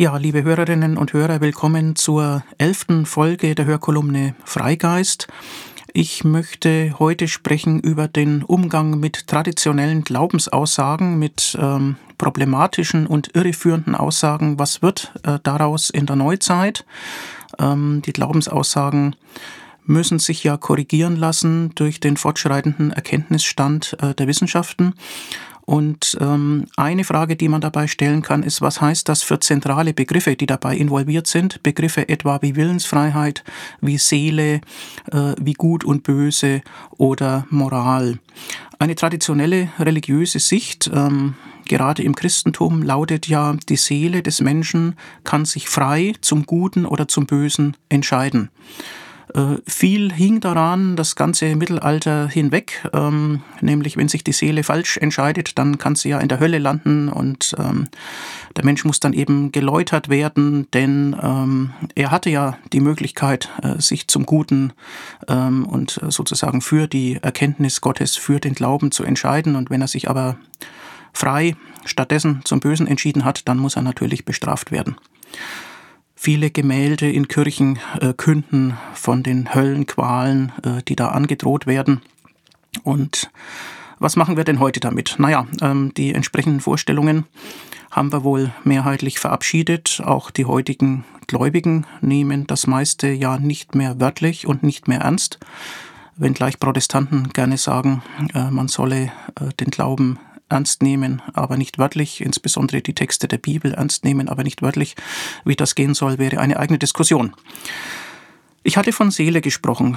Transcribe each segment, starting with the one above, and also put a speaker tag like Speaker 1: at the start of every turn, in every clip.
Speaker 1: Ja, liebe Hörerinnen und Hörer, willkommen zur 11. Folge der Hörkolumne Freigeist. Ich möchte heute sprechen über den Umgang mit traditionellen Glaubensaussagen, mit problematischen und irreführenden Aussagen. Was wird daraus in der Neuzeit? Die Glaubensaussagen müssen sich ja korrigieren lassen durch den fortschreitenden Erkenntnisstand der Wissenschaften. Und eine Frage, die man dabei stellen kann, ist, was heißt das für zentrale Begriffe, die dabei involviert sind? Begriffe etwa wie Willensfreiheit, wie Seele, wie Gut und Böse oder Moral. Eine traditionelle religiöse Sicht, gerade im Christentum, lautet ja, die Seele des Menschen kann sich frei zum Guten oder zum Bösen entscheiden. Viel hing daran, das ganze Mittelalter hinweg, nämlich wenn sich die Seele falsch entscheidet, dann kann sie ja in der Hölle landen und der Mensch muss dann eben geläutert werden, denn er hatte ja die Möglichkeit, sich zum Guten und sozusagen für die Erkenntnis Gottes, für den Glauben zu entscheiden, und wenn er sich aber frei stattdessen zum Bösen entschieden hat, dann muss er natürlich bestraft werden. Viele Gemälde in Kirchen künden von den Höllenqualen, die da angedroht werden. Und was machen wir denn heute damit? Naja, die entsprechenden Vorstellungen haben wir wohl mehrheitlich verabschiedet. Auch die heutigen Gläubigen nehmen das meiste ja nicht mehr wörtlich und nicht mehr ernst. Wenngleich Protestanten gerne sagen, man solle den Glauben ernst nehmen, aber nicht wörtlich, insbesondere die Texte der Bibel ernst nehmen, aber nicht wörtlich. Wie das gehen soll, wäre eine eigene Diskussion. Ich hatte von Seele gesprochen.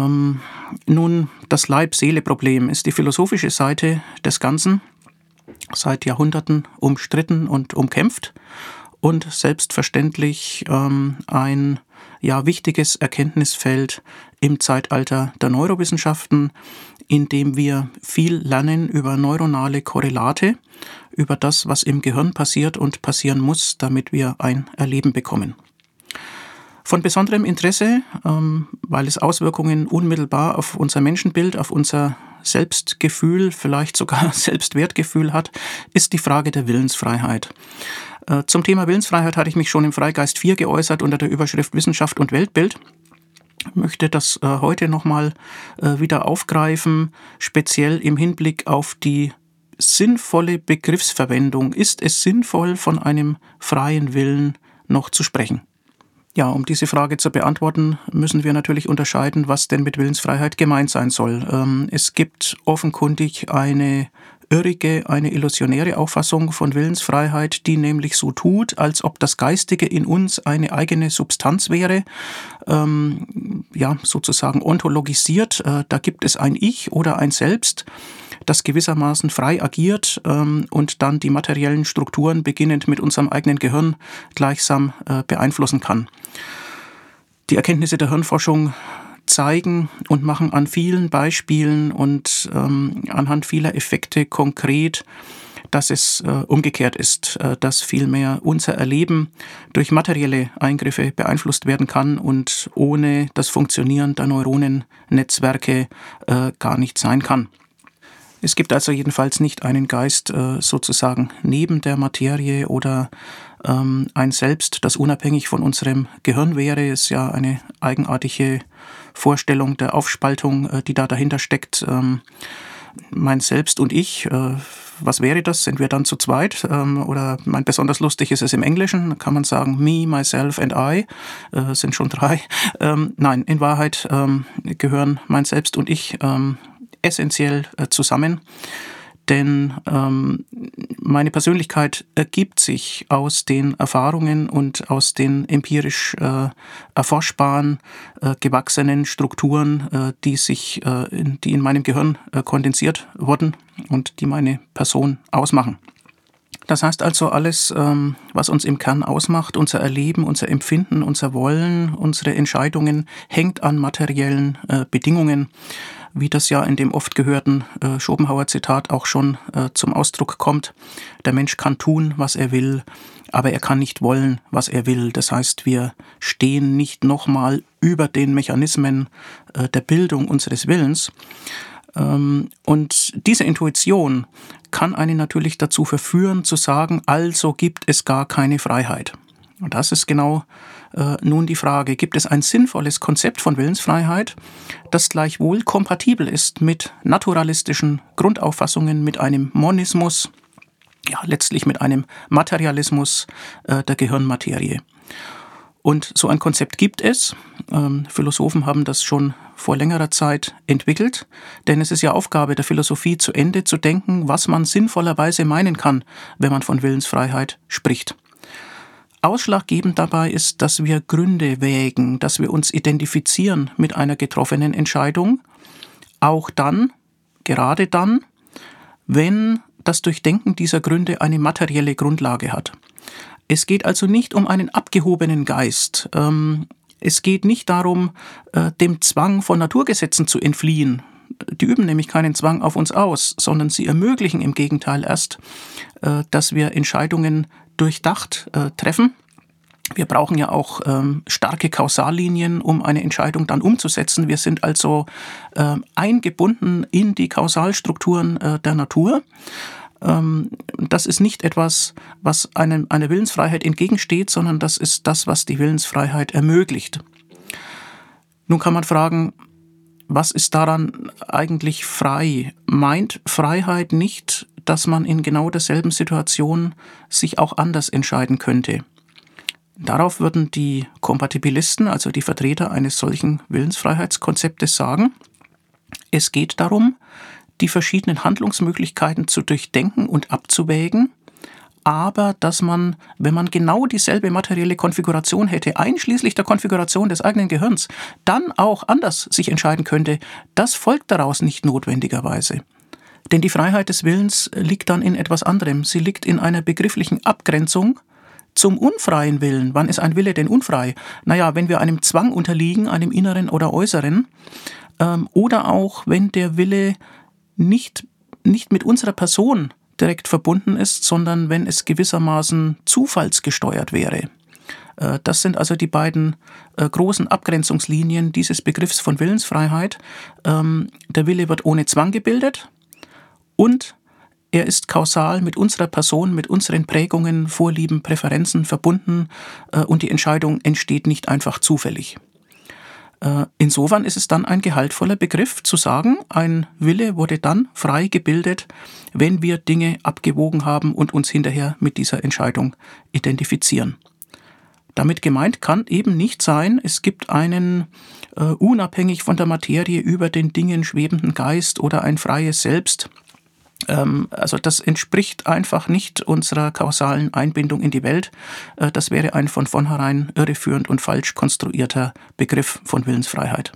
Speaker 1: Nun, das Leib-Seele-Problem ist die philosophische Seite des Ganzen, seit Jahrhunderten umstritten und umkämpft und selbstverständlich ein wichtiges Erkenntnisfeld im Zeitalter der Neurowissenschaften, in dem wir viel lernen über neuronale Korrelate, über das, was im Gehirn passiert und passieren muss, damit wir ein Erleben bekommen. Von besonderem Interesse, weil es Auswirkungen unmittelbar auf unser Menschenbild, auf unser Selbstgefühl, vielleicht sogar Selbstwertgefühl hat, ist die Frage der Willensfreiheit. Zum Thema Willensfreiheit hatte ich mich schon im Freigeist 4 geäußert unter der Überschrift Wissenschaft und Weltbild. Ich möchte das heute nochmal wieder aufgreifen, speziell im Hinblick auf die sinnvolle Begriffsverwendung. Ist es sinnvoll, von einem freien Willen noch zu sprechen? Ja, um diese Frage zu beantworten, müssen wir natürlich unterscheiden, was denn mit Willensfreiheit gemeint sein soll. Es gibt offenkundig eine irrige, eine illusionäre Auffassung von Willensfreiheit, die nämlich so tut, als ob das Geistige in uns eine eigene Substanz wäre, sozusagen ontologisiert. Da gibt es ein Ich oder ein Selbst, das gewissermaßen frei agiert und dann die materiellen Strukturen, beginnend mit unserem eigenen Gehirn, gleichsam beeinflussen kann. Die Erkenntnisse der Hirnforschung zeigen und machen an vielen Beispielen und anhand vieler Effekte konkret, dass es umgekehrt ist, dass vielmehr unser Erleben durch materielle Eingriffe beeinflusst werden kann und ohne das Funktionieren der Neuronennetzwerke gar nicht sein kann. Es gibt also jedenfalls nicht einen Geist sozusagen neben der Materie oder ein Selbst, das unabhängig von unserem Gehirn wäre. Es ist ja eine eigenartige Vorstellung der Aufspaltung, die da dahinter steckt. Mein Selbst und ich, was wäre das? Sind wir dann zu zweit? Oder besonders lustig ist es im Englischen, da kann man sagen, me, myself and I, sind schon 3. Nein, in Wahrheit gehören mein Selbst und ich essentiell zusammen, denn meine Persönlichkeit ergibt sich aus den Erfahrungen und aus den empirisch erforschbaren, gewachsenen Strukturen, die in meinem Gehirn kondensiert wurden und die meine Person ausmachen. Das heißt also, alles, was uns im Kern ausmacht, unser Erleben, unser Empfinden, unser Wollen, unsere Entscheidungen, hängt an materiellen Bedingungen, wie das ja in dem oft gehörten Schopenhauer-Zitat auch schon zum Ausdruck kommt. Der Mensch kann tun, was er will, aber er kann nicht wollen, was er will. Das heißt, wir stehen nicht nochmal über den Mechanismen der Bildung unseres Willens. Und diese Intuition kann einen natürlich dazu verführen, zu sagen, also gibt es gar keine Freiheit. Und das ist genau nun die Frage, gibt es ein sinnvolles Konzept von Willensfreiheit, das gleichwohl kompatibel ist mit naturalistischen Grundauffassungen, mit einem Monismus, ja letztlich mit einem Materialismus der Gehirnmaterie. Und so ein Konzept gibt es. Philosophen haben das schon vor längerer Zeit entwickelt, denn es ist ja Aufgabe der Philosophie, zu Ende zu denken, was man sinnvollerweise meinen kann, wenn man von Willensfreiheit spricht. Ausschlaggebend dabei ist, dass wir Gründe wägen, dass wir uns identifizieren mit einer getroffenen Entscheidung, auch dann, gerade dann, wenn das Durchdenken dieser Gründe eine materielle Grundlage hat. Es geht also nicht um einen abgehobenen Geist. Es geht nicht darum, dem Zwang von Naturgesetzen zu entfliehen. Die üben nämlich keinen Zwang auf uns aus, sondern sie ermöglichen im Gegenteil erst, dass wir Entscheidungen durchdacht treffen. Wir brauchen ja auch starke Kausallinien, um eine Entscheidung dann umzusetzen. Wir sind also eingebunden in die Kausalstrukturen der Natur. Das ist nicht etwas, was einer Willensfreiheit entgegensteht, sondern das ist das, was die Willensfreiheit ermöglicht. Nun kann man fragen, was ist daran eigentlich frei? Meint Freiheit nicht, dass man in genau derselben Situation sich auch anders entscheiden könnte? Darauf würden die Kompatibilisten, also die Vertreter eines solchen Willensfreiheitskonzeptes, sagen, es geht darum, die verschiedenen Handlungsmöglichkeiten zu durchdenken und abzuwägen, aber dass man, wenn man genau dieselbe materielle Konfiguration hätte, einschließlich der Konfiguration des eigenen Gehirns, dann auch anders sich entscheiden könnte, das folgt daraus nicht notwendigerweise. Denn die Freiheit des Willens liegt dann in etwas anderem. Sie liegt in einer begrifflichen Abgrenzung zum unfreien Willen. Wann ist ein Wille denn unfrei? Naja, wenn wir einem Zwang unterliegen, einem inneren oder äußeren, oder auch wenn der Wille nicht mit unserer Person direkt verbunden ist, sondern wenn es gewissermaßen zufallsgesteuert wäre. Das sind also die beiden großen Abgrenzungslinien dieses Begriffs von Willensfreiheit. Der Wille wird ohne Zwang gebildet und er ist kausal mit unserer Person, mit unseren Prägungen, Vorlieben, Präferenzen verbunden und die Entscheidung entsteht nicht einfach zufällig. Insofern ist es dann ein gehaltvoller Begriff zu sagen, ein Wille wurde dann frei gebildet, wenn wir Dinge abgewogen haben und uns hinterher mit dieser Entscheidung identifizieren. Damit gemeint kann eben nicht sein, es gibt einen unabhängig von der Materie über den Dingen schwebenden Geist oder ein freies Selbst. Also das entspricht einfach nicht unserer kausalen Einbindung in die Welt. Das wäre ein von vornherein irreführend und falsch konstruierter Begriff von Willensfreiheit.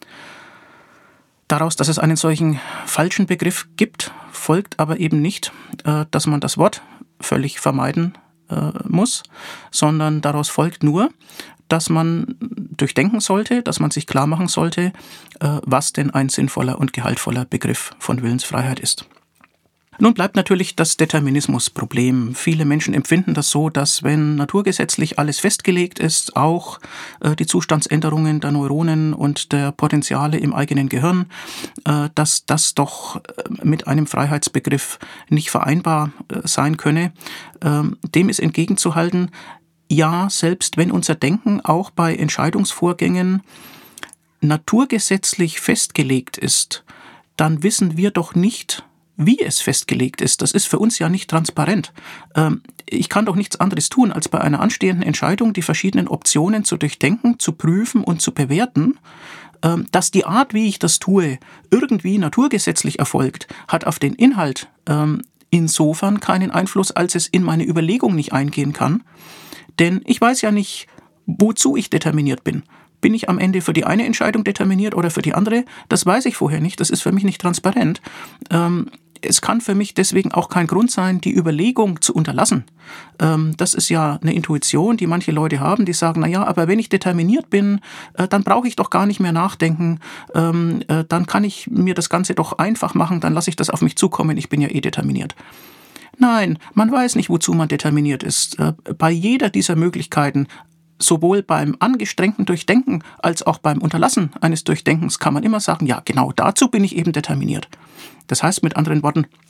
Speaker 1: Daraus, dass es einen solchen falschen Begriff gibt, folgt aber eben nicht, dass man das Wort völlig vermeiden muss, sondern daraus folgt nur, dass man durchdenken sollte, dass man sich klar machen sollte, was denn ein sinnvoller und gehaltvoller Begriff von Willensfreiheit ist. Nun bleibt natürlich das Determinismusproblem. Viele Menschen empfinden das so, dass wenn naturgesetzlich alles festgelegt ist, auch die Zustandsänderungen der Neuronen und der Potenziale im eigenen Gehirn, dass das doch mit einem Freiheitsbegriff nicht vereinbar sein könne. Dem ist entgegenzuhalten, ja, selbst wenn unser Denken auch bei Entscheidungsvorgängen naturgesetzlich festgelegt ist, dann wissen wir doch nicht, wie es festgelegt ist. Das ist für uns ja nicht transparent. Ich kann doch nichts anderes tun, als bei einer anstehenden Entscheidung die verschiedenen Optionen zu durchdenken, zu prüfen und zu bewerten. Dass die Art, wie ich das tue, irgendwie naturgesetzlich erfolgt, hat auf den Inhalt insofern keinen Einfluss, als es in meine Überlegung nicht eingehen kann. Denn ich weiß ja nicht, wozu ich determiniert bin. Bin ich am Ende für die eine Entscheidung determiniert oder für die andere? Das weiß ich vorher nicht. Das ist für mich nicht transparent. Es kann für mich deswegen auch kein Grund sein, die Überlegung zu unterlassen. Das ist ja eine Intuition, die manche Leute haben, die sagen, naja, aber wenn ich determiniert bin, dann brauche ich doch gar nicht mehr nachdenken, dann kann ich mir das Ganze doch einfach machen, dann lasse ich das auf mich zukommen, ich bin ja eh determiniert. Nein, man weiß nicht, wozu man determiniert ist. Bei jeder dieser Möglichkeiten, sowohl beim angestrengten Durchdenken als auch beim Unterlassen eines Durchdenkens kann man immer sagen, ja, genau dazu bin ich eben determiniert. Das heißt mit anderen Worten,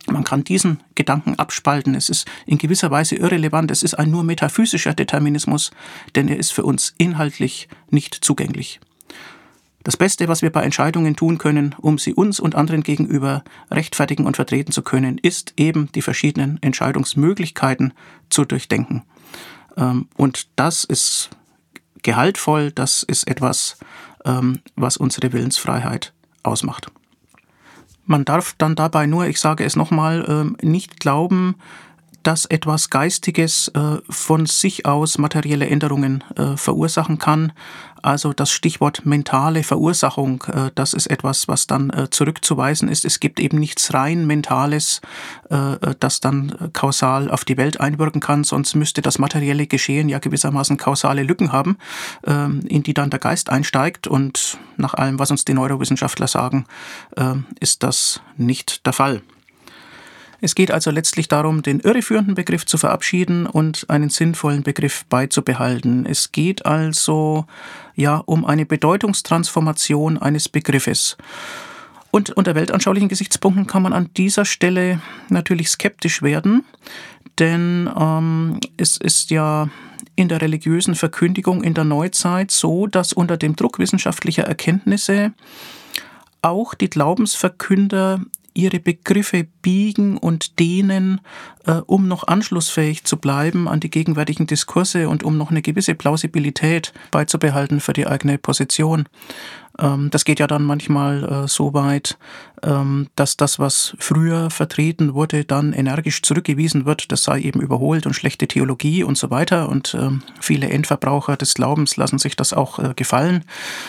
Speaker 1: Man kann diesen Gedanken abspalten. Es ist in gewisser Weise irrelevant. Es ist ein nur metaphysischer Determinismus, denn er ist für uns inhaltlich nicht zugänglich. Das Beste, was wir bei Entscheidungen tun können, um sie uns und anderen gegenüber rechtfertigen und vertreten zu können, ist eben die verschiedenen Entscheidungsmöglichkeiten zu durchdenken. Und das ist gehaltvoll, das ist etwas, was unsere Willensfreiheit ausmacht. Man darf dann dabei nur, ich sage es nochmal, nicht glauben, dass etwas Geistiges von sich aus materielle Änderungen verursachen kann. Also das Stichwort mentale Verursachung, das ist etwas, was dann zurückzuweisen ist. Es gibt eben nichts rein Mentales, das dann kausal auf die Welt einwirken kann, sonst müsste das materielle Geschehen ja gewissermaßen kausale Lücken haben, in die dann der Geist einsteigt. Und nach allem, was uns die Neurowissenschaftler sagen, ist das nicht der Fall. Es geht also letztlich darum, den irreführenden Begriff zu verabschieden und einen sinnvollen Begriff beizubehalten. Es geht also um eine Bedeutungstransformation eines Begriffes. Und unter weltanschaulichen Gesichtspunkten kann man an dieser Stelle natürlich skeptisch werden, denn es ist ja in der religiösen Verkündigung in der Neuzeit so, dass unter dem Druck wissenschaftlicher Erkenntnisse auch die Glaubensverkünder ihre Begriffe biegen und dehnen, um noch anschlussfähig zu bleiben an die gegenwärtigen Diskurse und um noch eine gewisse Plausibilität beizubehalten für die eigene Position. Das geht ja dann manchmal so weit, dass das, was früher vertreten wurde, dann energisch zurückgewiesen wird. Das sei eben überholt und schlechte Theologie und so weiter. Und viele Endverbraucher des Glaubens lassen sich das auch gefallen,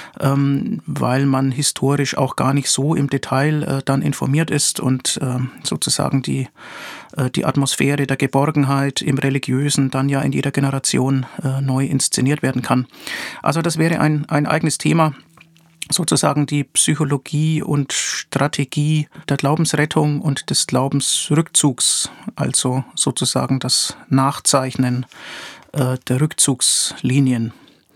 Speaker 1: weil man historisch auch gar nicht so im Detail dann informiert ist und sozusagen die Atmosphäre der Geborgenheit im Religiösen dann ja in jeder Generation neu inszeniert werden kann. Also das wäre ein eigenes Thema. Sozusagen die Psychologie und Strategie der Glaubensrettung und des Glaubensrückzugs, also sozusagen das Nachzeichnen der Rückzugslinien.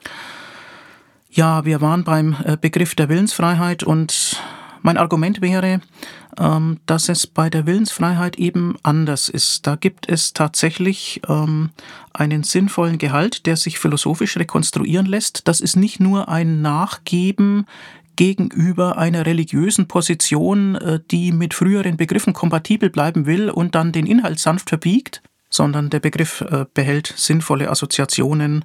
Speaker 1: Ja, wir waren beim Begriff der Willensfreiheit und mein Argument wäre, dass es bei der Willensfreiheit eben anders ist. Da gibt es tatsächlich einen sinnvollen Gehalt, der sich philosophisch rekonstruieren lässt. Das ist nicht nur ein Nachgeben gegenüber einer religiösen Position, die mit früheren Begriffen kompatibel bleiben will und dann den Inhalt sanft verbiegt, sondern der Begriff behält sinnvolle Assoziationen,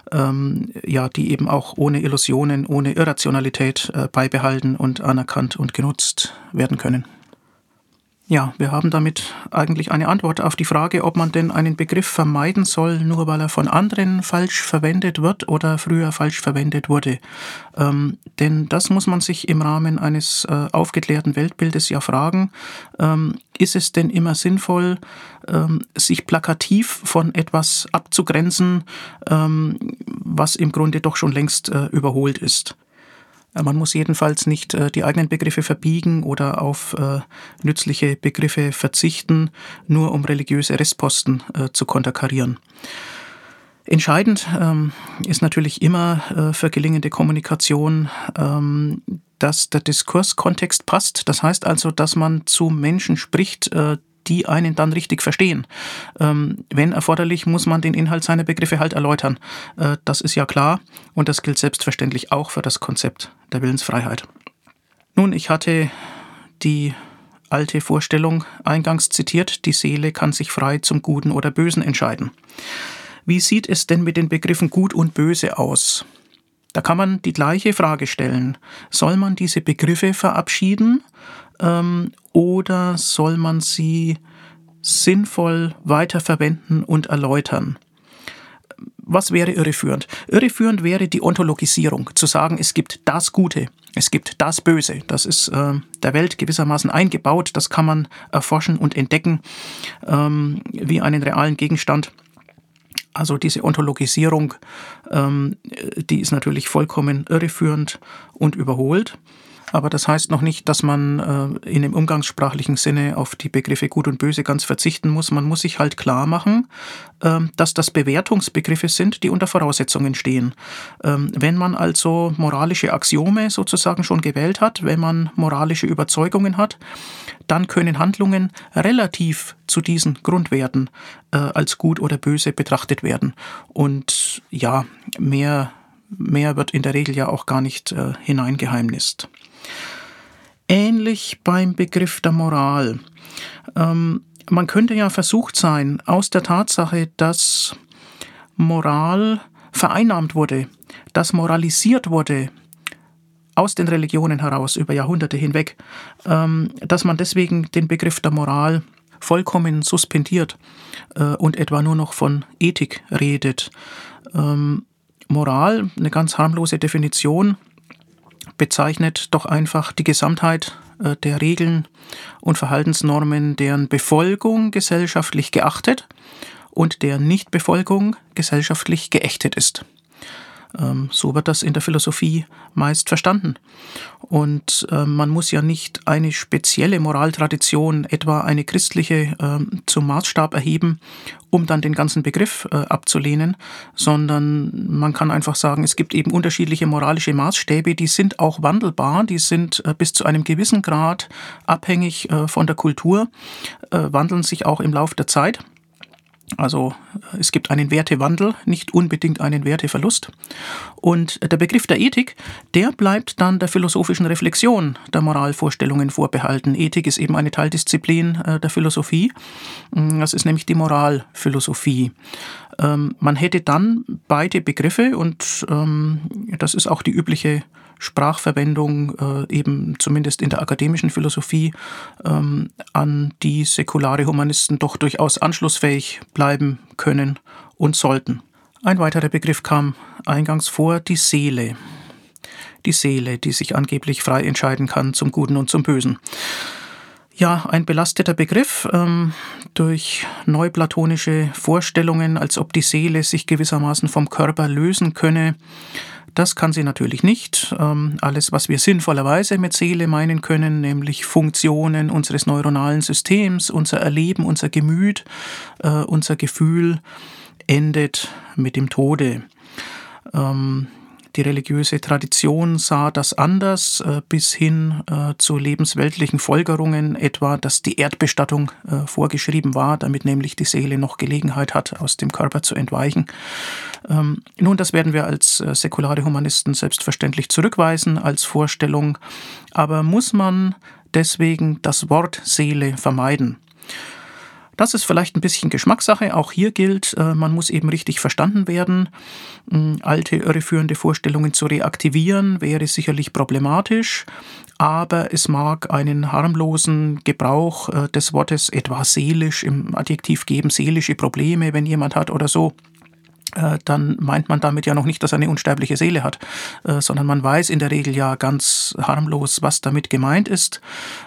Speaker 1: die eben auch ohne Illusionen, ohne Irrationalität beibehalten und anerkannt und genutzt werden können. Ja, wir haben damit eigentlich eine Antwort auf die Frage, ob man denn einen Begriff vermeiden soll, nur weil er von anderen falsch verwendet wird oder früher falsch verwendet wurde. Denn das muss man sich im Rahmen eines aufgeklärten Weltbildes ja fragen. Ist es denn immer sinnvoll, sich plakativ von etwas abzugrenzen, was im Grunde doch schon längst überholt ist? Man muss jedenfalls nicht die eigenen Begriffe verbiegen oder auf nützliche Begriffe verzichten, nur um religiöse Restposten zu konterkarieren. Entscheidend ist natürlich immer für gelingende Kommunikation, dass der Diskurskontext passt. Das heißt also, dass man zu Menschen spricht, die einen dann richtig verstehen. Wenn erforderlich, muss man den Inhalt seiner Begriffe halt erläutern. Das ist ja klar und das gilt selbstverständlich auch für das Konzept der Willensfreiheit. Nun, ich hatte die alte Vorstellung eingangs zitiert, die Seele kann sich frei zum Guten oder Bösen entscheiden. Wie sieht es denn mit den Begriffen Gut und Böse aus? Da kann man die gleiche Frage stellen. Soll man diese Begriffe verabschieden oder soll man sie sinnvoll weiterverwenden und erläutern? Was wäre irreführend? Irreführend wäre die Ontologisierung, zu sagen, es gibt das Gute, es gibt das Böse. Das ist der Welt gewissermaßen eingebaut, das kann man erforschen und entdecken wie einen realen Gegenstand. Also diese Ontologisierung, die ist natürlich vollkommen irreführend und überholt. Aber das heißt noch nicht, dass man in dem umgangssprachlichen Sinne auf die Begriffe Gut und Böse ganz verzichten muss. Man muss sich halt klar machen, dass das Bewertungsbegriffe sind, die unter Voraussetzungen stehen. Wenn man also moralische Axiome sozusagen schon gewählt hat, wenn man moralische Überzeugungen hat, dann können Handlungen relativ zu diesen Grundwerten als gut oder böse betrachtet werden. Und ja, mehr wird in der Regel ja auch nicht hineingeheimnist. Ähnlich beim Begriff der Moral. Man könnte ja versucht sein, aus der Tatsache, dass Moral vereinnahmt wurde, dass moralisiert wurde, aus den Religionen heraus über Jahrhunderte hinweg, dass man deswegen den Begriff der Moral vollkommen suspendiert und etwa nur noch von Ethik redet. Moral, eine ganz harmlose Definition, bezeichnet doch einfach die Gesamtheit der Regeln und Verhaltensnormen, deren Befolgung gesellschaftlich geachtet und deren Nichtbefolgung gesellschaftlich geächtet ist. So wird das in der Philosophie meist verstanden. Und man muss ja nicht eine spezielle Moraltradition, etwa eine christliche, zum Maßstab erheben, um dann den ganzen Begriff abzulehnen, sondern man kann einfach sagen, es gibt eben unterschiedliche moralische Maßstäbe, die sind auch wandelbar, die sind bis zu einem gewissen Grad abhängig von der Kultur, wandeln sich auch im Laufe der Zeit. Also es gibt einen Wertewandel, nicht unbedingt einen Werteverlust. Und der Begriff der Ethik, der bleibt dann der philosophischen Reflexion der Moralvorstellungen vorbehalten. Ethik ist eben eine Teildisziplin der Philosophie. Das ist nämlich die Moralphilosophie. Man hätte dann beide Begriffe und das ist auch die übliche Sprachverwendung eben zumindest in der akademischen Philosophie, an die säkulare Humanisten doch durchaus anschlussfähig bleiben können und sollten. Ein weiterer Begriff kam eingangs vor, die Seele. Die Seele, die sich angeblich frei entscheiden kann zum Guten und zum Bösen. Ja, ein belasteter Begriff durch neuplatonische Vorstellungen, als ob die Seele sich gewissermaßen vom Körper lösen könne. Das kann sie natürlich nicht. Alles, was wir sinnvollerweise mit Seele meinen können, nämlich Funktionen unseres neuronalen Systems, unser Erleben, unser Gemüt, unser Gefühl, endet mit dem Tode. Die religiöse Tradition sah das anders, bis hin zu lebensweltlichen Folgerungen, etwa, dass die Erdbestattung vorgeschrieben war, damit nämlich die Seele noch Gelegenheit hat, aus dem Körper zu entweichen. Nun, das werden wir als säkulare Humanisten selbstverständlich zurückweisen als Vorstellung, aber muss man deswegen das Wort Seele vermeiden? Das ist vielleicht ein bisschen Geschmackssache. Auch hier gilt, man muss eben richtig verstanden werden. Alte, irreführende Vorstellungen zu reaktivieren, wäre sicherlich problematisch. Aber es mag einen harmlosen Gebrauch des Wortes etwa seelisch im Adjektiv geben, seelische Probleme, wenn jemand hat oder so. Dann meint man damit ja noch nicht, dass er eine unsterbliche Seele hat, sondern man weiß in der Regel ja ganz harmlos, was damit gemeint ist.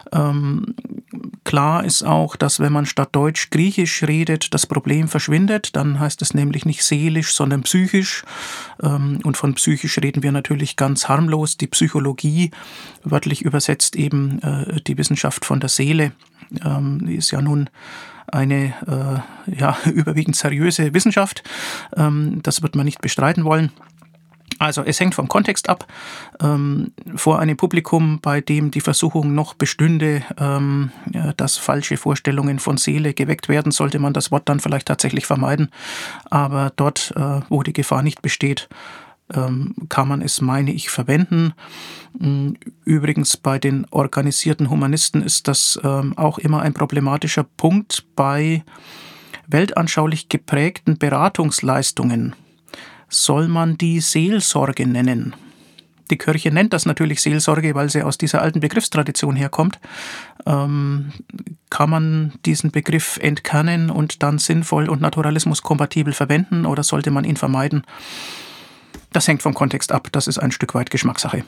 Speaker 1: Klar ist auch, dass wenn man statt Deutsch Griechisch redet, das Problem verschwindet. Dann heißt es nämlich nicht seelisch, sondern psychisch. Und von psychisch reden wir natürlich ganz harmlos. Die Psychologie, wörtlich übersetzt eben die Wissenschaft von der Seele, die ist ja nun eine überwiegend seriöse Wissenschaft. Das wird man nicht bestreiten wollen. Also es hängt vom Kontext ab. Vor einem Publikum, bei dem die Versuchung noch bestünde, dass falsche Vorstellungen von Seele geweckt werden, sollte man das Wort dann vielleicht tatsächlich vermeiden. Aber dort, wo die Gefahr nicht besteht, kann man es, meine ich, verwenden. Übrigens bei den organisierten Humanisten ist das auch immer ein problematischer Punkt bei weltanschaulich geprägten Beratungsleistungen. Soll man die Seelsorge nennen? Die Kirche nennt das natürlich Seelsorge, weil sie aus dieser alten Begriffstradition herkommt. Kann man diesen Begriff entkernen und dann sinnvoll und naturalismuskompatibel verwenden oder sollte man ihn vermeiden? Das hängt vom Kontext ab, das ist ein Stück weit Geschmackssache.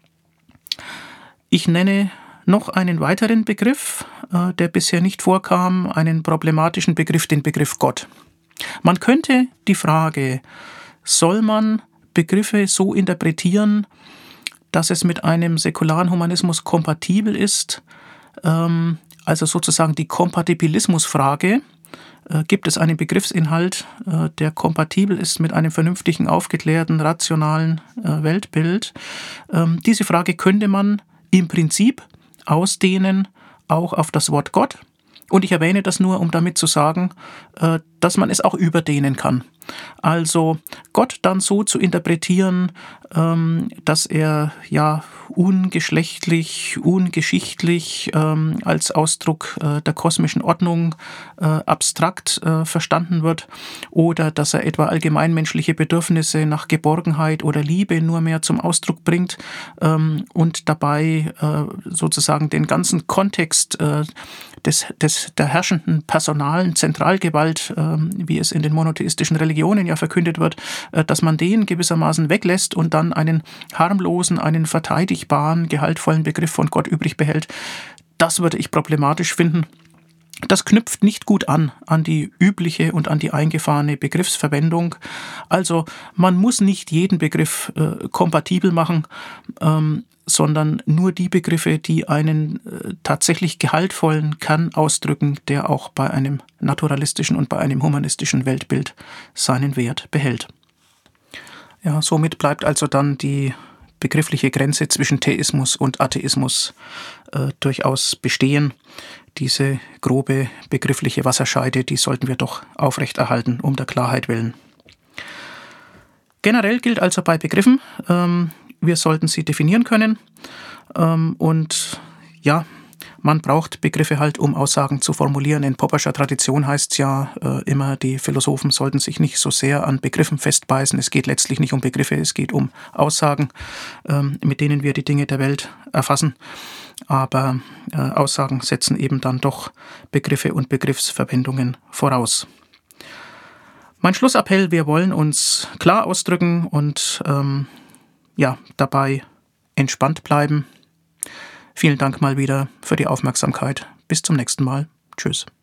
Speaker 1: Ich nenne noch einen weiteren Begriff, der bisher nicht vorkam, einen problematischen Begriff, den Begriff Gott. Man könnte die Frage, soll man Begriffe so interpretieren, dass es mit einem säkularen Humanismus kompatibel ist, also sozusagen die Kompatibilismusfrage. Gibt es einen Begriffsinhalt, der kompatibel ist mit einem vernünftigen, aufgeklärten, rationalen Weltbild? Diese Frage könnte man im Prinzip ausdehnen auch auf das Wort Gott. Und ich erwähne das nur, um damit zu sagen, dass man es auch überdehnen kann. Also Gott dann so zu interpretieren, dass er ja ungeschlechtlich, ungeschichtlich als Ausdruck der kosmischen Ordnung abstrakt verstanden wird oder dass er etwa allgemeinmenschliche Bedürfnisse nach Geborgenheit oder Liebe nur mehr zum Ausdruck bringt und dabei sozusagen den ganzen Kontext der herrschenden personalen Zentralgewalt, wie es in den monotheistischen Religionen ja verkündet wird, dass man den gewissermaßen weglässt und dann einen harmlosen, einen verteidigbaren, gehaltvollen Begriff von Gott übrig behält. Das würde ich problematisch finden. Das knüpft nicht gut an die übliche und an die eingefahrene Begriffsverwendung. Also man muss nicht jeden Begriff kompatibel machen, sondern nur die Begriffe, die einen tatsächlich gehaltvollen Kern ausdrücken, der auch bei einem naturalistischen und bei einem humanistischen Weltbild seinen Wert behält. Ja, somit bleibt also dann die begriffliche Grenze zwischen Theismus und Atheismus durchaus bestehen. Diese grobe begriffliche Wasserscheide, die sollten wir doch aufrechterhalten, um der Klarheit willen. Generell gilt also bei Begriffen, wir sollten sie definieren können und ja, man braucht Begriffe halt, um Aussagen zu formulieren. In Popperscher Tradition heißt es ja immer, die Philosophen sollten sich nicht so sehr an Begriffen festbeißen. Es geht letztlich nicht um Begriffe, es geht um Aussagen, mit denen wir die Dinge der Welt erfassen. Aber Aussagen setzen eben dann doch Begriffe und Begriffsverwendungen voraus. Mein Schlussappell, wir wollen uns klar ausdrücken und dabei entspannt bleiben. Vielen Dank mal wieder für die Aufmerksamkeit. Bis zum nächsten Mal. Tschüss.